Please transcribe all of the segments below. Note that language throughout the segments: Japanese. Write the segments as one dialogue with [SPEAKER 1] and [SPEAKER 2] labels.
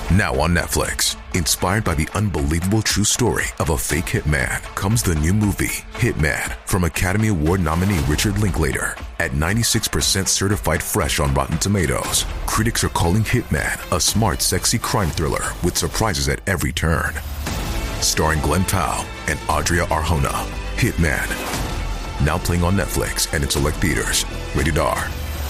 [SPEAKER 1] Now on Netflix, inspired by the unbelievable true story of a fake hitman, comes the new movie, Hitman, from Academy Award nominee Richard Linklater. At 96% certified fresh on Rotten Tomatoes, critics are calling Hitman a smart, sexy crime thriller with surprises at every turn. Starring Glenn Powell and Adria Arjona, Hitman. Now playing on Netflix and in select theaters. Rated R.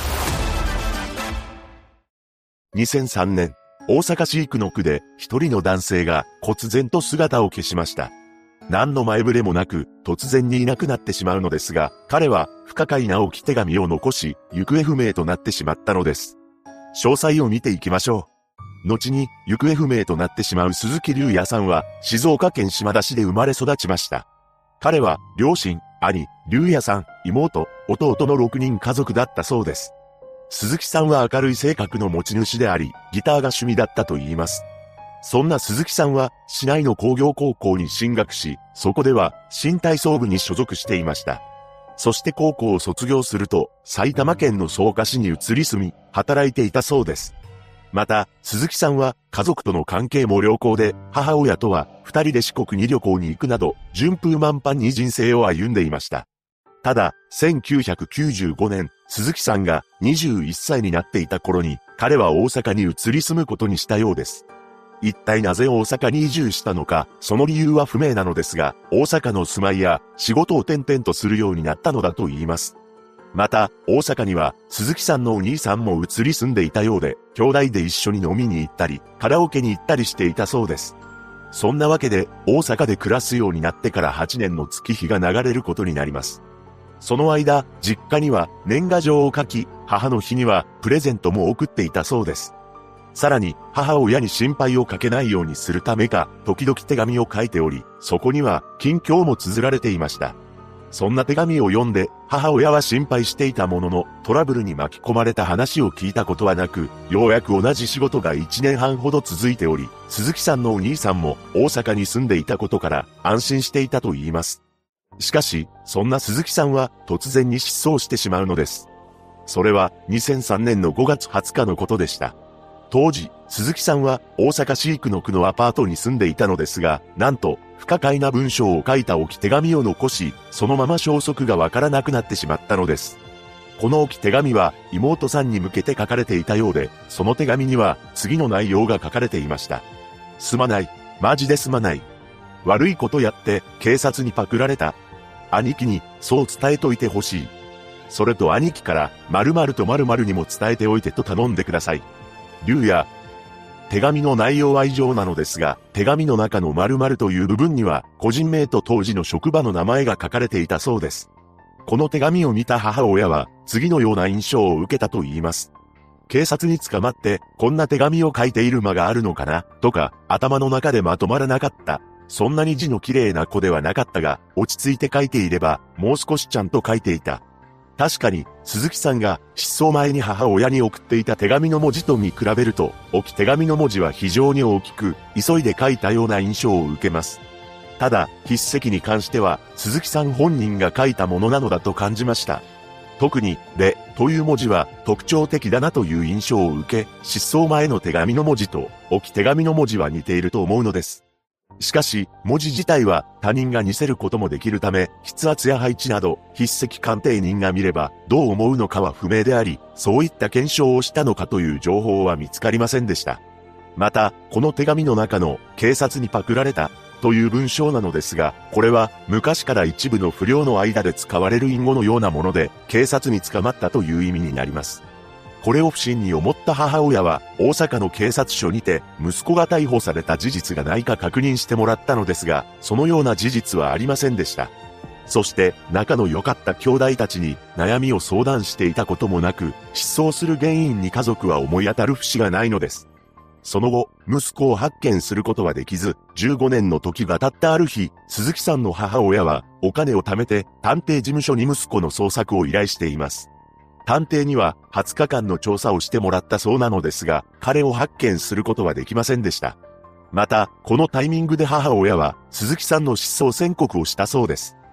[SPEAKER 2] 2003年、大阪市生野区で一人の男性が忽然と姿を消しました。何の前触れもなく突然にいなくなってしまうのですが、彼は不可解な置き手紙を残し、行方不明となってしまったのです。詳細を見ていきましょう。後に行方不明となってしまう鈴木龍也さんは静岡県島田市で生まれ育ちました。彼は両親、兄、龍也さん、妹、弟の6人家族だったそうです。鈴木さんは明るい性格の持ち主であり、ギターが趣味だったと言います。そんな鈴木さんは市内の工業高校に進学し、そこでは新体操部に所属していました。そして高校を卒業すると埼玉県の草加市に移り住み、働いていたそうです。また、鈴木さんは家族との関係も良好で、母親とは二人で四国に旅行に行くなど、順風満帆に人生を歩んでいました。ただ、1995年、鈴木さんが21歳になっていた頃に、彼は大阪に移り住むことにしたようです。一体なぜ大阪に移住したのか、その理由は不明なのですが、大阪の住まいや仕事を転々とするようになったのだと言います。また、大阪には鈴木さんのお兄さんも移り住んでいたようで、兄弟で一緒に飲みに行ったり、カラオケに行ったりしていたそうです。そんなわけで、大阪で暮らすようになってから8年の月日が流れることになります。その間、実家には年賀状を書き、母の日にはプレゼントも送っていたそうです。さらに、母親に心配をかけないようにするためか、時々手紙を書いており、そこには近況も綴られていました。そんな手紙を読んで、母親は心配していたものの、トラブルに巻き込まれた話を聞いたことはなく、ようやく同じ仕事が1年半ほど続いており、鈴木さんのお兄さんも大阪に住んでいたことから安心していたと言います。しかし、そんな鈴木さんは突然に失踪してしまうのです。それは2003年の5月20日のことでした。当時、鈴木さんは大阪市生野区のアパートに住んでいたのですが、なんと不可解な文章を書いた置き手紙を残し、そのまま消息がわからなくなってしまったのです。この置き手紙は妹さんに向けて書かれていたようで、その手紙には次の内容が書かれていました。すまない。マジですまない。悪いことやって警察にパクられた。兄貴にそう伝えといてほしい。それと兄貴から〇〇と〇〇にも伝えておいてと頼んでください。龍也。手紙の内容は以上なのですが、手紙の中の〇〇という部分には個人名と当時の職場の名前が書かれていたそうです。この手紙を見た母親は次のような印象を受けたと言います。警察に捕まってこんな手紙を書いている間があるのかなとか、頭の中でまとまらなかった。そんなに字の綺麗な子ではなかったが、落ち着いて書いていれば、もう少しちゃんと書いていた。確かに、鈴木さんが失踪前に母親に送っていた手紙の文字と見比べると、置き手紙の文字は非常に大きく、急いで書いたような印象を受けます。ただ、筆跡に関しては、鈴木さん本人が書いたものなのだと感じました。特に、で、という文字は特徴的だなという印象を受け、失踪前の手紙の文字と、置き手紙の文字は似ていると思うのです。しかし、文字自体は他人が似せることもできるため、筆圧や配置など、筆跡鑑定人が見れば、どう思うのかは不明であり、そういった検証をしたのかという情報は見つかりませんでした。また、この手紙の中の、警察にパクられた、という文章なのですが、これは、昔から一部の不良の間で使われる隠語のようなもので、警察に捕まったという意味になります。これを不審に思った母親は大阪の警察署にて息子が逮捕された事実がないか確認してもらったのですが、そのような事実はありませんでした。そして仲の良かった兄弟たちに悩みを相談していたこともなく、失踪する原因に家族は思い当たる節がないのです。その後、息子を発見することはできず、15年の時が経ったある日、鈴木さんの母親はお金を貯めて探偵事務所に息子の捜索を依頼しています。探偵には20日間の調査をしてもらったそうなのですが、彼を発見することはできませんでした。また、このタイミングで母親は鈴木さんの失踪宣告をしたそうです。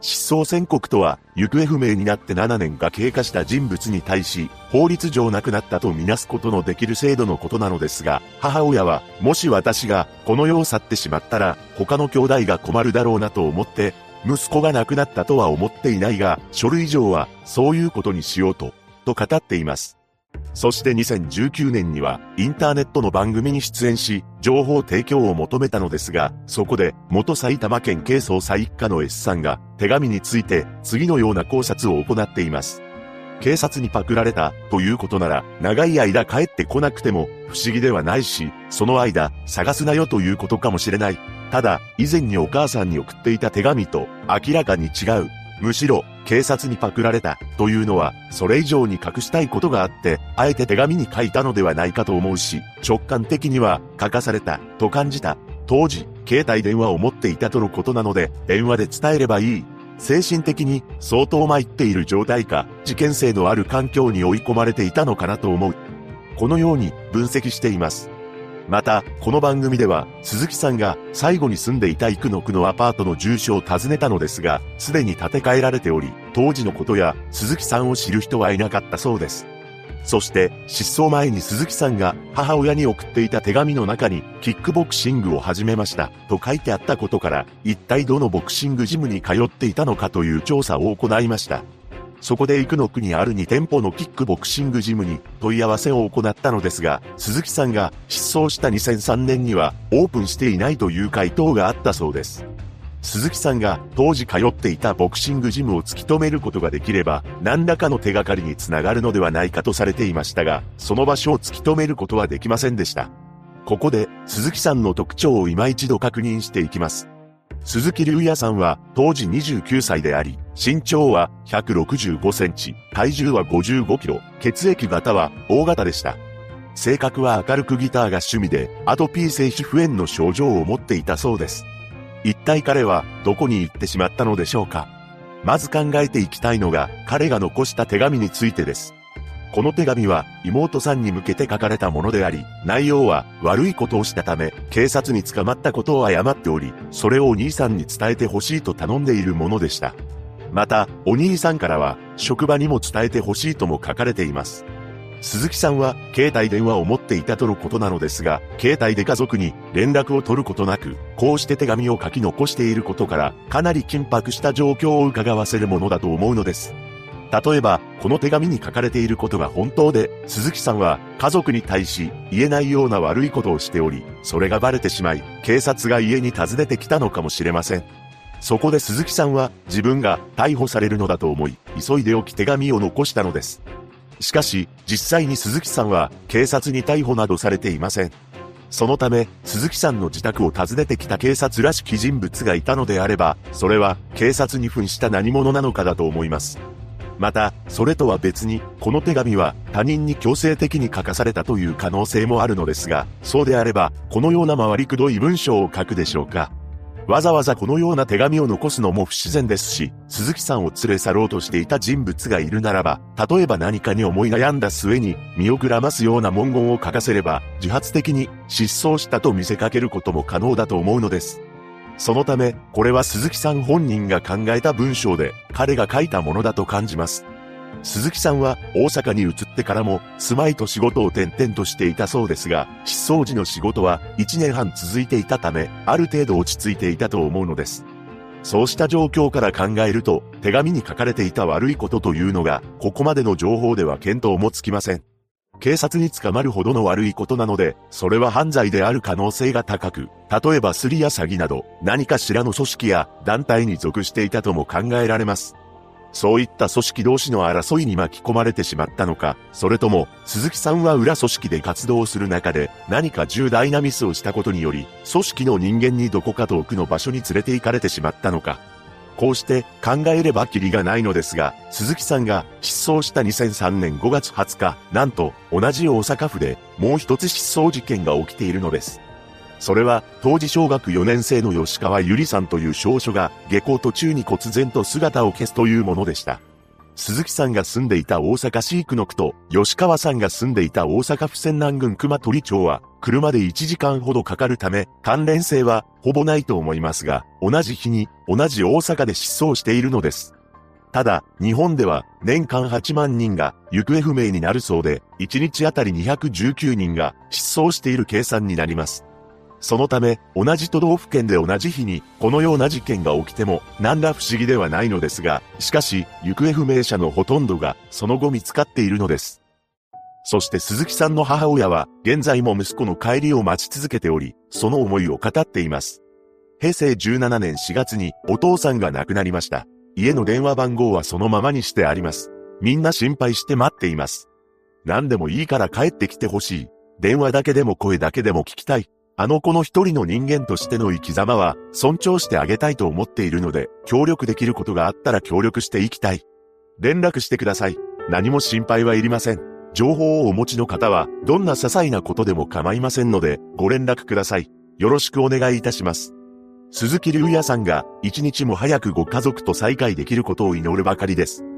[SPEAKER 2] 失踪宣告とは、行方不明になって7年が経過した人物に対し、法律上亡くなったとみなすことのできる制度のことなのですが、母親は、もし私がこの世を去ってしまったら、他の兄弟が困るだろうなと思って、息子が亡くなったとは思っていないが、書類上は、そういうことにしようと語っています。そして2019年にはインターネットの番組に出演し、情報提供を求めたのですが、そこで元埼玉県警捜査一課の S さんが手紙について次のような考察を行っています。警察にパクられたということなら長い間帰ってこなくても不思議ではないし、その間探すなよということかもしれない。ただ、以前にお母さんに送っていた手紙と明らかに違う。むしろ、警察にパクられたというのは、それ以上に隠したいことがあって、あえて手紙に書いたのではないかと思うし、直感的には書かされたと感じた。当時、携帯電話を持っていたとのことなので、電話で伝えればいい。精神的に相当参っている状態か、事件性のある環境に追い込まれていたのかなと思う。このように分析しています。また、この番組では、鈴木さんが最後に住んでいた生野区のアパートの住所を尋ねたのですが、すでに建て替えられており、当時のことや鈴木さんを知る人はいなかったそうです。そして、失踪前に鈴木さんが母親に送っていた手紙の中に、キックボクシングを始めましたと書いてあったことから、一体どのボクシングジムに通っていたのかという調査を行いました。そこで生野区にある2店舗のキックボクシングジムに問い合わせを行ったのですが、鈴木さんが失踪した2003年にはオープンしていないという回答があったそうです。鈴木さんが当時通っていたボクシングジムを突き止めることができれば、何らかの手がかりにつながるのではないかとされていましたが、その場所を突き止めることはできませんでした。ここで鈴木さんの特徴を今一度確認していきます。鈴木龍也さんは当時29歳であり、身長は165センチ、体重は55キロ、血液型は O 型でした。性格は明るくギターが趣味で、アトピー性皮膚炎の症状を持っていたそうです。一体彼はどこに行ってしまったのでしょうか。まず考えていきたいのが彼が残した手紙についてです。この手紙は妹さんに向けて書かれたものであり、内容は悪いことをしたため、警察に捕まったことを謝っており、それをお兄さんに伝えてほしいと頼んでいるものでした。また、お兄さんからは、職場にも伝えてほしいとも書かれています。鈴木さんは、携帯電話を持っていたとのことなのですが、携帯で家族に連絡を取ることなく、こうして手紙を書き残していることから、かなり緊迫した状況を伺わせるものだと思うのです。例えば、この手紙に書かれていることが本当で、鈴木さんは家族に対し言えないような悪いことをしており、それがバレてしまい、警察が家に訪ねてきたのかもしれません。そこで鈴木さんは自分が逮捕されるのだと思い、急いで起き手紙を残したのです。しかし、実際に鈴木さんは警察に逮捕などされていません。そのため、鈴木さんの自宅を訪ねてきた警察らしき人物がいたのであれば、それは警察に扮した何者なのかだと思います。また、それとは別に、この手紙は他人に強制的に書かされたという可能性もあるのですが、そうであれば、このような回りくどい文章を書くでしょうか。わざわざこのような手紙を残すのも不自然ですし、鈴木さんを連れ去ろうとしていた人物がいるならば、例えば何かに思い悩んだ末に、身をくらますような文言を書かせれば、自発的に失踪したと見せかけることも可能だと思うのです。そのため、これは鈴木さん本人が考えた文章で、彼が書いたものだと感じます。鈴木さんは大阪に移ってからも、住まいと仕事を転々としていたそうですが、失踪時の仕事は1年半続いていたため、ある程度落ち着いていたと思うのです。そうした状況から考えると、手紙に書かれていた悪いことというのが、ここまでの情報では見当もつきません。警察に捕まるほどの悪いことなので、それは犯罪である可能性が高く、例えばスリや詐欺など、何かしらの組織や団体に属していたとも考えられます。そういった組織同士の争いに巻き込まれてしまったのか、それとも、鈴木さんは裏組織で活動する中で、何か重大なミスをしたことにより、組織の人間にどこか遠くの場所に連れて行かれてしまったのか。こうして考えればキリがないのですが、鈴木さんが失踪した2003年5月20日、なんと同じ大阪府でもう一つ失踪事件が起きているのです。それは当時小学4年生の吉川ゆりさんという少女が下校途中に忽然と姿を消すというものでした。 鈴木さんが住んでいた大阪市生野区と吉川さんが住んでいた大阪府泉南郡熊取町は車で1時間ほどかかるため関連性はほぼないと思いますが、同じ日に同じ大阪で失踪しているのです。ただ、日本では年間8万人が行方不明になるそうで、1日あたり219人が失踪している計算になります。そのため、同じ都道府県で同じ日にこのような事件が起きても何ら不思議ではないのですが、しかし、行方不明者のほとんどがその後見つかっているのです。そして鈴木さんの母親は現在も息子の帰りを待ち続けており、その思いを語っています。平成17年4月にお父さんが亡くなりました。家の電話番号はそのままにしてあります。みんな心配して待っています。何でもいいから帰ってきてほしい。電話だけでも声だけでも聞きたい。あの子の一人の人間としての生き様は尊重してあげたいと思っているので、協力できることがあったら協力していきたい。連絡してください。何も心配はいりません。情報をお持ちの方は、どんな些細なことでも構いませんので、ご連絡ください。よろしくお願いいたします。鈴木隆也さんが、一日も早くご家族と再会できることを祈るばかりです。